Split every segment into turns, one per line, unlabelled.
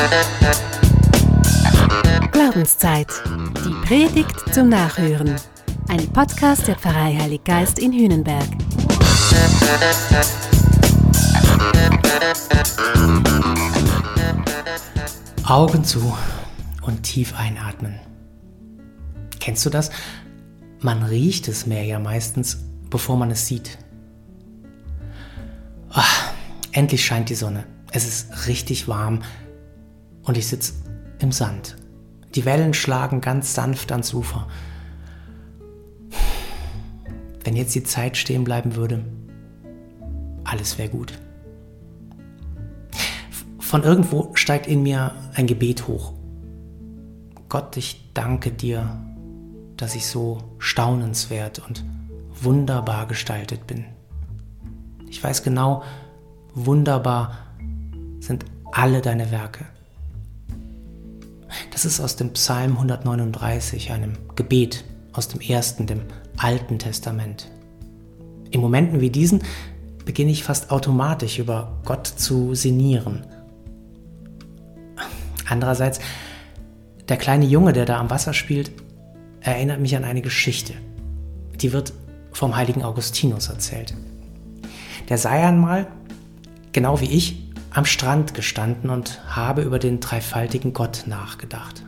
Glaubenszeit. Die Predigt zum Nachhören. Ein Podcast der Pfarrei Heilig Geist in Hühnenberg.
Augen zu und tief einatmen. Kennst du das? Man riecht das Meer ja meistens, bevor man es sieht. Endlich scheint die Sonne. Es ist richtig warm und ich sitze im Sand. Die Wellen schlagen ganz sanft ans Ufer. Wenn jetzt die Zeit stehen bleiben würde, alles wäre gut. Von irgendwo steigt in mir ein Gebet hoch. Gott, ich danke dir, dass ich so staunenswert und wunderbar gestaltet bin. Ich weiß genau, wunderbar sind alle deine Werke. Das ist aus dem Psalm 139, einem Gebet aus dem dem Alten Testament. In Momenten wie diesen beginne ich fast automatisch über Gott zu sinnieren. Andererseits, der kleine Junge, der da am Wasser spielt, erinnert mich an eine Geschichte. Die wird vom heiligen Augustinus erzählt. Der sei einmal, genau wie ich, am Strand gestanden und habe über den dreifaltigen Gott nachgedacht.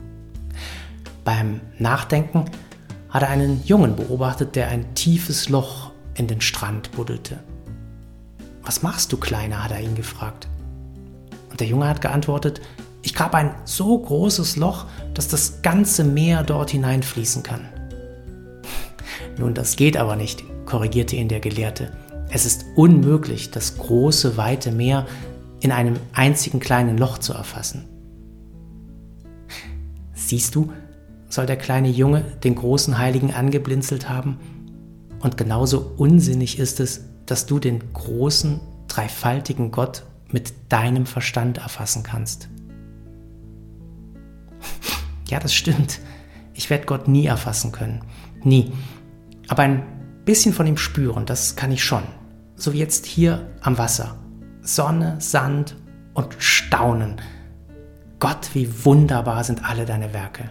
Beim Nachdenken hat er einen Jungen beobachtet, der ein tiefes Loch in den Strand buddelte. »Was machst du, Kleiner?« hat er ihn gefragt. Und der Junge hat geantwortet, »Ich grabe ein so großes Loch, dass das ganze Meer dort hineinfließen kann.« »Nun, das geht aber nicht«, korrigierte ihn der Gelehrte. »Es ist unmöglich, das große, weite Meer in einem einzigen kleinen Loch zu erfassen.« Siehst du, soll der kleine Junge den großen Heiligen angeblinzelt haben? Und genauso unsinnig ist es, dass du den großen, dreifaltigen Gott mit deinem Verstand erfassen kannst. Ja, das stimmt. Ich werde Gott nie erfassen können. Nie. Aber ein bisschen von ihm spüren, das kann ich schon. So wie jetzt hier am Wasser. Sonne, Sand und Staunen. Gott, wie wunderbar sind alle deine Werke.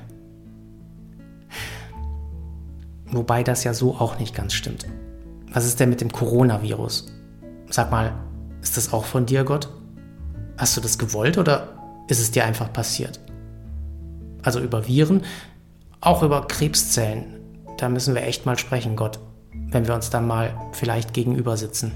Wobei das ja so auch nicht ganz stimmt. Was ist denn mit dem Coronavirus? Sag mal, ist das auch von dir, Gott? Hast du das gewollt oder ist es dir einfach passiert? Also über Viren, auch über Krebszellen, da müssen wir echt mal sprechen, Gott, wenn wir uns dann mal vielleicht gegenüber sitzen.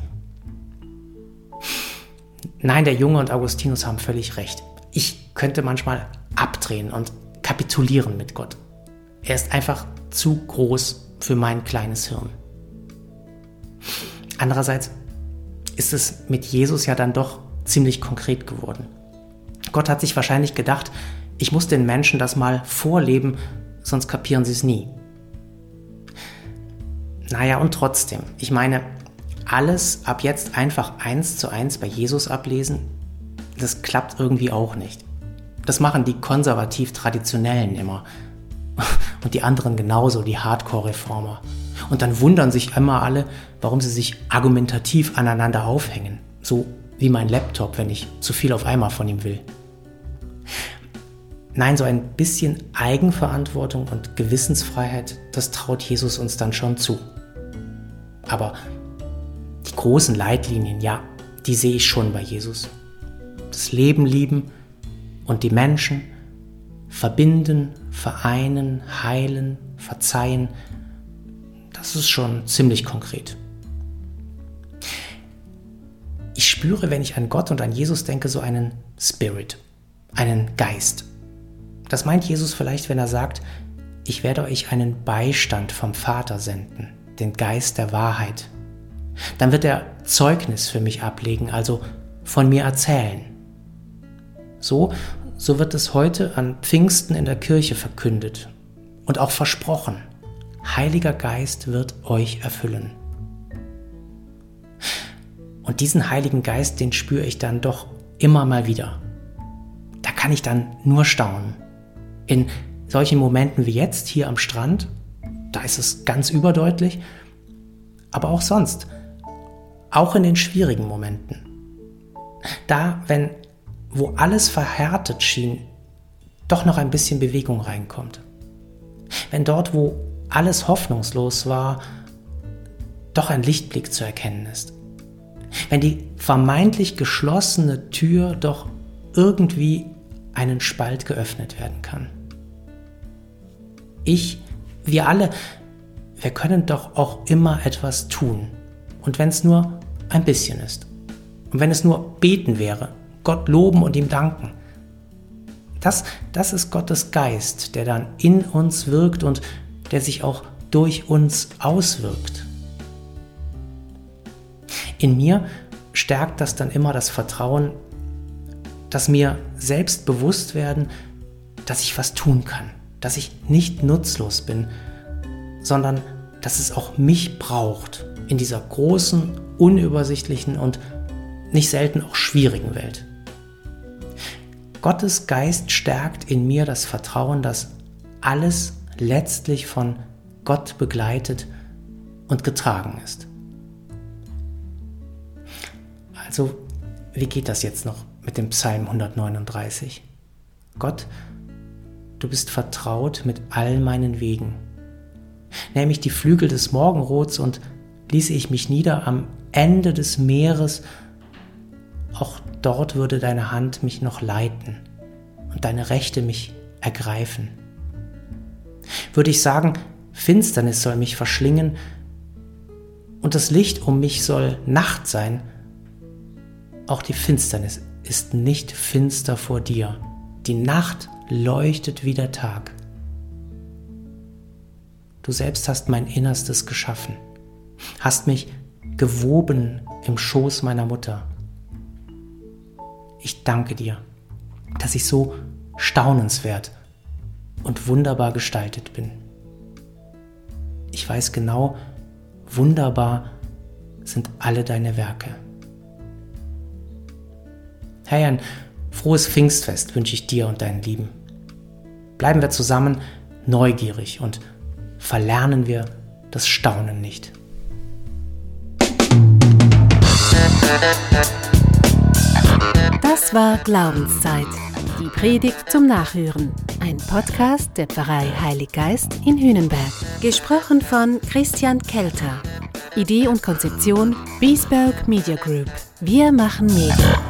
Nein, der Junge und Augustinus haben völlig recht. Ich könnte manchmal abdrehen und kapitulieren mit Gott. Er ist einfach zu groß für mein kleines Hirn. Andererseits ist es mit Jesus ja dann doch ziemlich konkret geworden. Gott hat sich wahrscheinlich gedacht, ich muss den Menschen das mal vorleben, sonst kapieren sie es nie. Naja, und trotzdem, ich meine, alles ab jetzt einfach 1:1 bei Jesus ablesen, das klappt irgendwie auch nicht. Das machen die konservativ-Traditionellen immer. Und die anderen genauso, die Hardcore-Reformer. Und dann wundern sich immer alle, warum sie sich argumentativ aneinander aufhängen. So wie mein Laptop, wenn ich zu viel auf einmal von ihm will. Nein, so ein bisschen Eigenverantwortung und Gewissensfreiheit, das traut Jesus uns dann schon zu. Aber die großen Leitlinien, ja, die sehe ich schon bei Jesus. Das Leben lieben und die Menschen verbinden, vereinen, heilen, verzeihen, das ist schon ziemlich konkret. Ich spüre, wenn ich an Gott und an Jesus denke, so einen Spirit, einen Geist. Das meint Jesus vielleicht, wenn er sagt, ich werde euch einen Beistand vom Vater senden, den Geist der Wahrheit. Dann wird er Zeugnis für mich ablegen, also von mir erzählen. So wird es heute an Pfingsten in der Kirche verkündet und auch versprochen. Heiliger Geist wird euch erfüllen. Und diesen Heiligen Geist, den spüre ich dann doch immer mal wieder. Da kann ich dann nur staunen. In solchen Momenten wie jetzt hier am Strand, da ist es ganz überdeutlich, aber auch sonst, auch in den schwierigen Momenten. Da, wenn wo alles verhärtet schien, doch noch ein bisschen Bewegung reinkommt. Wenn dort, wo alles hoffnungslos war, doch ein Lichtblick zu erkennen ist. Wenn die vermeintlich geschlossene Tür doch irgendwie einen Spalt geöffnet werden kann. Wir alle, wir können doch auch immer etwas tun. Und wenn es nur ein bisschen ist. Und wenn es nur beten wäre, Gott loben und ihm danken. Das ist Gottes Geist, der dann in uns wirkt und der sich auch durch uns auswirkt. In mir stärkt das dann immer das Vertrauen, dass mir selbst bewusst werden, dass ich was tun kann, dass ich nicht nutzlos bin, sondern dass es auch mich braucht in dieser großen, unübersichtlichen und nicht selten auch schwierigen Welt. Gottes Geist stärkt in mir das Vertrauen, dass alles letztlich von Gott begleitet und getragen ist. Also, wie geht das jetzt noch mit dem Psalm 139? Gott, du bist vertraut mit all meinen Wegen. Nähme ich die Flügel des Morgenrots und ließe ich mich nieder am Ende des Meeres, auch dort würde deine Hand mich noch leiten und deine Rechte mich ergreifen. Würde ich sagen, Finsternis soll mich verschlingen und das Licht um mich soll Nacht sein, auch die Finsternis ist nicht finster vor dir. Die Nacht leuchtet wie der Tag. Du selbst hast mein Innerstes geschaffen, hast mich gewoben im Schoß meiner Mutter. Ich danke dir, dass ich so staunenswert und wunderbar gestaltet bin. Ich weiß genau, wunderbar sind alle deine Werke. Hey, ein frohes Pfingstfest wünsche ich dir und deinen Lieben. Bleiben wir zusammen neugierig und verlernen wir das Staunen nicht.
Das war Glaubenszeit. Die Predigt zum Nachhören. Ein Podcast der Pfarrei Heilig Geist in Hühnenberg. Gesprochen von Christian Kelter. Idee und Konzeption Biesberg Media Group. Wir machen Medien.